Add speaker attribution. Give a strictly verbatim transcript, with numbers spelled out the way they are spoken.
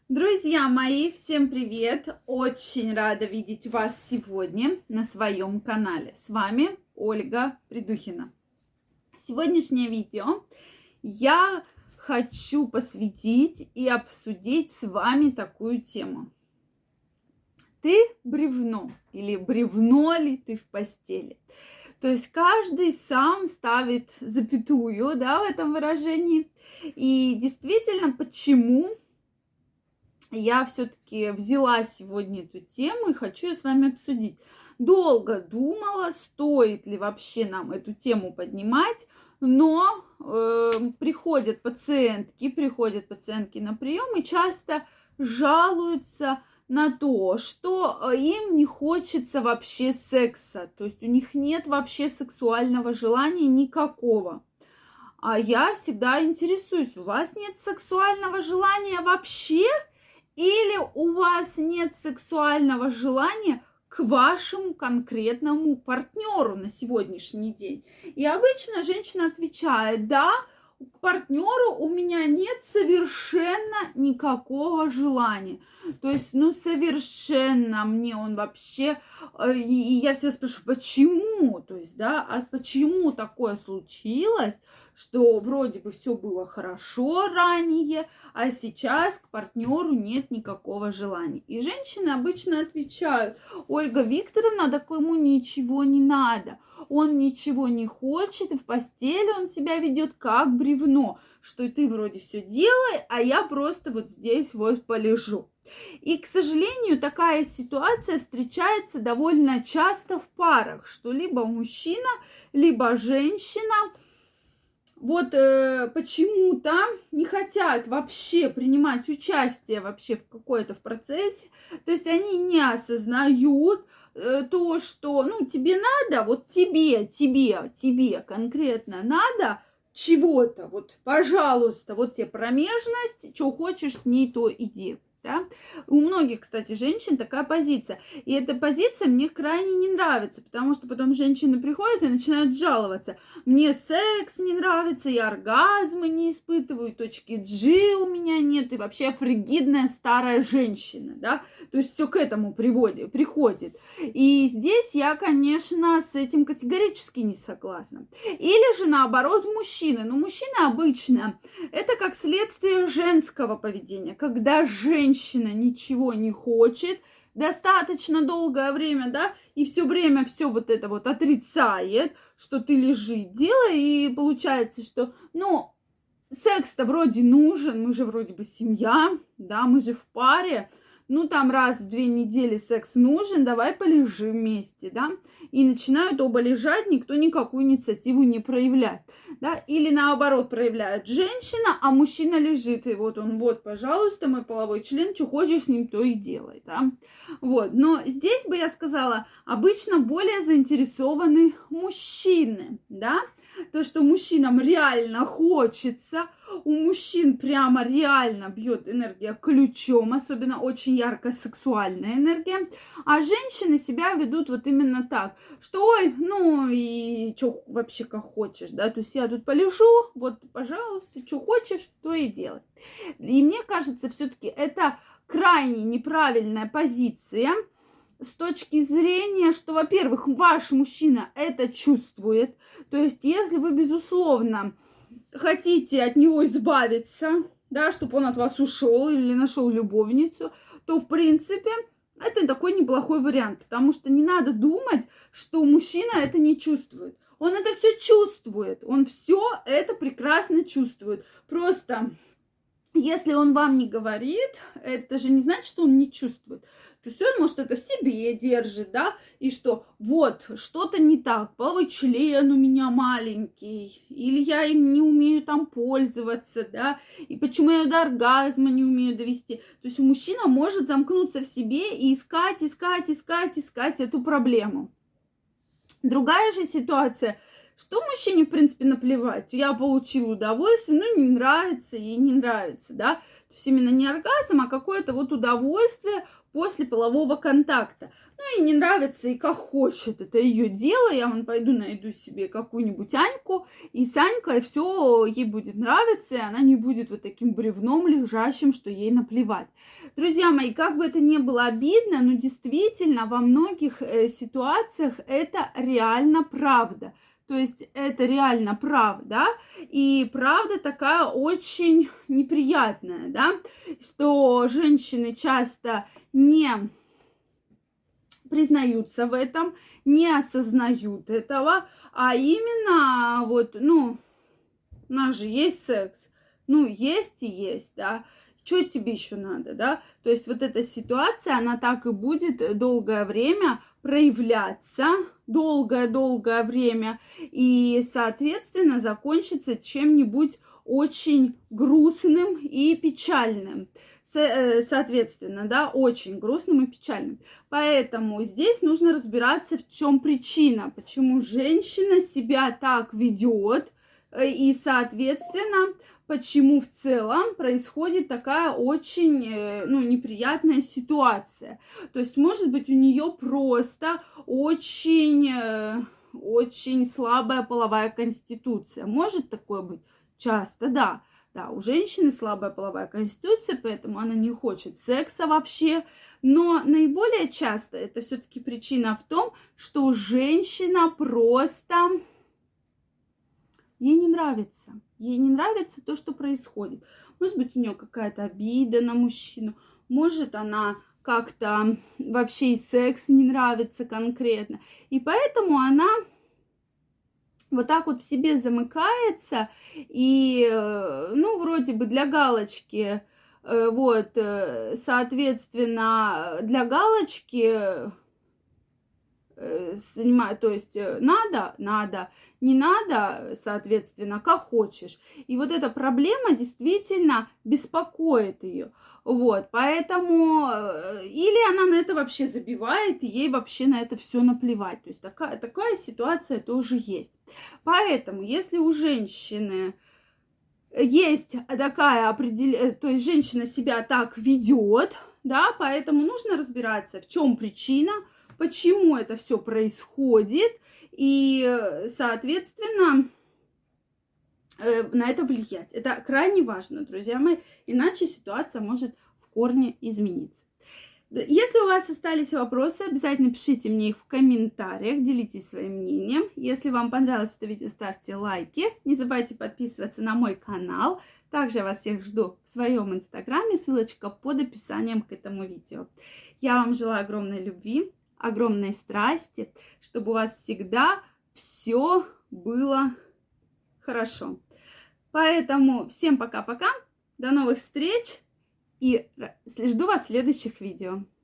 Speaker 1: Друзья мои, всем привет! Очень рада видеть вас сегодня на своем канале. С вами Ольга Придухина. Сегодняшнее видео я хочу посвятить и обсудить с вами такую тему. Ты бревно или бревно ли ты в постели? То есть каждый сам ставит запятую, да, в этом выражении. И действительно, почему я все-таки взяла сегодня эту тему и хочу ее с вами обсудить. Долго думала, стоит ли вообще нам эту тему поднимать, но э, приходят пациентки, приходят пациентки на прием и часто жалуются на то, что им не хочется вообще секса, то есть у них нет вообще сексуального желания никакого. А я всегда интересуюсь, у вас нет сексуального желания вообще? Или у вас нет сексуального желания к вашему конкретному партнеру на сегодняшний день? И обычно женщина отвечает: да, к партнеру у меня нет совершенно никакого желания. То есть, ну, совершенно мне он вообще... И я всегда спрашиваю, почему? То есть, да, а почему такое случилось, что вроде бы все было хорошо ранее, а сейчас к партнеру нет никакого желания. И женщины обычно отвечают: Ольга Викторовна, так ему ничего не надо. Он ничего не хочет, и в постели он себя ведет как бревно, что ты вроде все делай, а я просто вот здесь вот полежу. И, к сожалению, такая ситуация встречается довольно часто в парах, что либо мужчина, либо женщина вот э, почему-то не хотят вообще принимать участие вообще в какой-то в процессе, то есть они не осознают э, то, что, ну, тебе надо, вот тебе, тебе, тебе конкретно надо чего-то, вот, пожалуйста, вот тебе промежность, что хочешь с ней, то иди. Да? У многих, кстати, женщин такая позиция. И эта позиция мне крайне не нравится, потому что потом женщины приходят и начинают жаловаться. Мне секс не нравится, я оргазмы не испытываю, точки G у меня нет, и вообще я фригидная старая женщина. Да? То есть все к этому приводит, приходит. И здесь я, конечно, с этим категорически не согласна. Или же наоборот мужчины. Но мужчины обычно это как следствие женского поведения, когда женщина Женщина ничего не хочет достаточно долгое время, да, и все время все вот это вот отрицает, что ты лежи, делай, и получается, что, ну, секс-то вроде нужен, мы же вроде бы семья, да, мы же в паре, ну, там раз в две недели секс нужен, давай полежим вместе, да, и начинают оба лежать, никто никакую инициативу не проявляет, да, или наоборот проявляет женщина, а мужчина лежит, и вот он, вот, пожалуйста, мой половой член, что хочешь с ним, то и делай, да, вот, но здесь бы я сказала, обычно более заинтересованы мужчины, да, то, что мужчинам реально хочется, у мужчин прямо реально бьет энергия ключом, особенно очень яркая сексуальная энергия, а женщины себя ведут вот именно так, что ой, ну и что вообще как хочешь, да, то есть я тут полежу, вот, пожалуйста, что хочешь, то и делай. И мне кажется, все-таки это крайне неправильная позиция, с точки зрения, что, во-первых, ваш мужчина это чувствует. То есть, если вы, безусловно, хотите от него избавиться, да, чтобы он от вас ушел или нашел любовницу, то, в принципе, это такой неплохой вариант. Потому что не надо думать, что мужчина это не чувствует. Он это все чувствует. Он все это прекрасно чувствует. Просто, если он вам не говорит, это же не значит, что он не чувствует. То есть он, может, это в себе держит, да, и что вот, что-то не так, половой член у меня маленький, или я им не умею там пользоваться, да, и почему я до оргазма не умею довести. То есть мужчина может замкнуться в себе и искать, искать, искать, искать эту проблему. Другая же ситуация, что мужчине, в принципе, наплевать. Я получил удовольствие, ну, не нравится, ей не нравится, да. То есть именно не оргазм, а какое-то вот удовольствие после полового контакта. Ну, и не нравится, и как хочет, это ее дело. Я вон пойду найду себе какую-нибудь Аньку, и с Анькой все ей будет нравиться, и она не будет вот таким бревном лежащим, что ей наплевать. Друзья мои, как бы это ни было обидно, но действительно во многих э, ситуациях это реально правда. То есть это реально правда, и правда такая очень неприятная, да, что женщины часто не признаются в этом, не осознают этого, а именно вот, ну, у нас же есть секс, ну, есть и есть, да, что тебе еще надо, да, то есть вот эта ситуация, она так и будет долгое время проявляться, долгое-долгое время, и, соответственно, закончится чем-нибудь очень грустным и печальным. Соответственно, да, очень грустным и печальным. Поэтому здесь нужно разбираться, в чем причина, почему женщина себя так ведет, и, соответственно, почему в целом происходит такая очень, ну, неприятная ситуация. То есть, может быть, у нее просто очень, очень слабая половая конституция. Может такое быть? Часто, да. Да, у женщины слабая половая конституция, поэтому она не хочет секса вообще. Но наиболее часто это все-таки причина в том, что женщина просто... Ей не нравится. Ей не нравится то, что происходит. Может быть, у нее какая-то обида на мужчину. Может, она как-то вообще и секс не нравится конкретно. И поэтому она вот так вот в себе замыкается. И, ну, вроде бы для галочки, вот, соответственно, для галочки... занимает, то есть надо, надо, не надо, соответственно, как хочешь. И вот эта проблема действительно беспокоит ее. Вот, поэтому или она на это вообще забивает, и ей вообще на это все наплевать. То есть такая, такая ситуация тоже есть. Поэтому, если у женщины есть такая определенная, то есть женщина себя так ведет, да, поэтому нужно разбираться, в чем причина, почему это все происходит, и, соответственно, на это влиять. Это крайне важно, друзья мои, иначе ситуация может в корне измениться. Если у вас остались вопросы, обязательно пишите мне их в комментариях, делитесь своим мнением. Если вам понравилось это видео, ставьте лайки. Не забывайте подписываться на мой канал. Также я вас всех жду в своем инстаграме, ссылочка под описанием к этому видео. Я вам желаю огромной любви, огромной страсти, чтобы у вас всегда все было хорошо. Поэтому всем пока-пока, до новых встреч и жду вас в следующих видео.